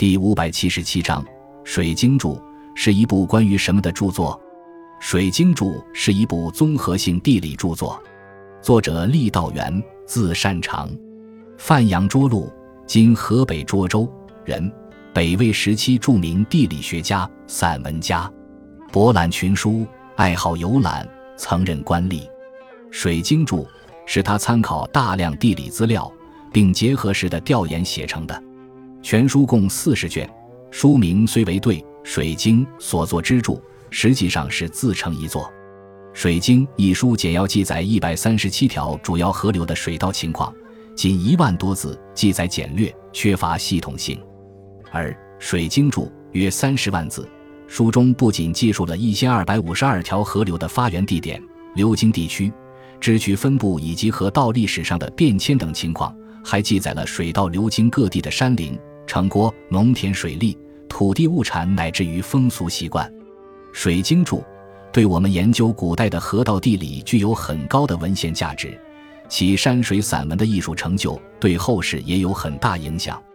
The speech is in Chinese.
第577章水经注是一部关于什么的著作？水经注是一部综合性地理著作，作者郦道元，字善长，范阳涿鹿（今河北涿州）人，北魏时期著名地理学家、散文家，博览群书，爱好游览，曾任官吏。水经注是他参考大量地理资料并结合式的调研写成的。全书共40卷，书名虽为对水经所作之著，实际上是自成一作。水经一书简要记载137条主要河流的水道情况，仅1万多字，记载简略，缺乏系统性。而水经注约30万字，书中不仅记述了1252条河流的发源地点、流经地区、支区分布以及河道历史上的变迁等情况，还记载了水道流经各地的山林、城郭、农田水利、土地物产乃至于风俗习惯。水经注对我们研究古代的河道地理具有很高的文献价值，其山水散文的艺术成就对后世也有很大影响。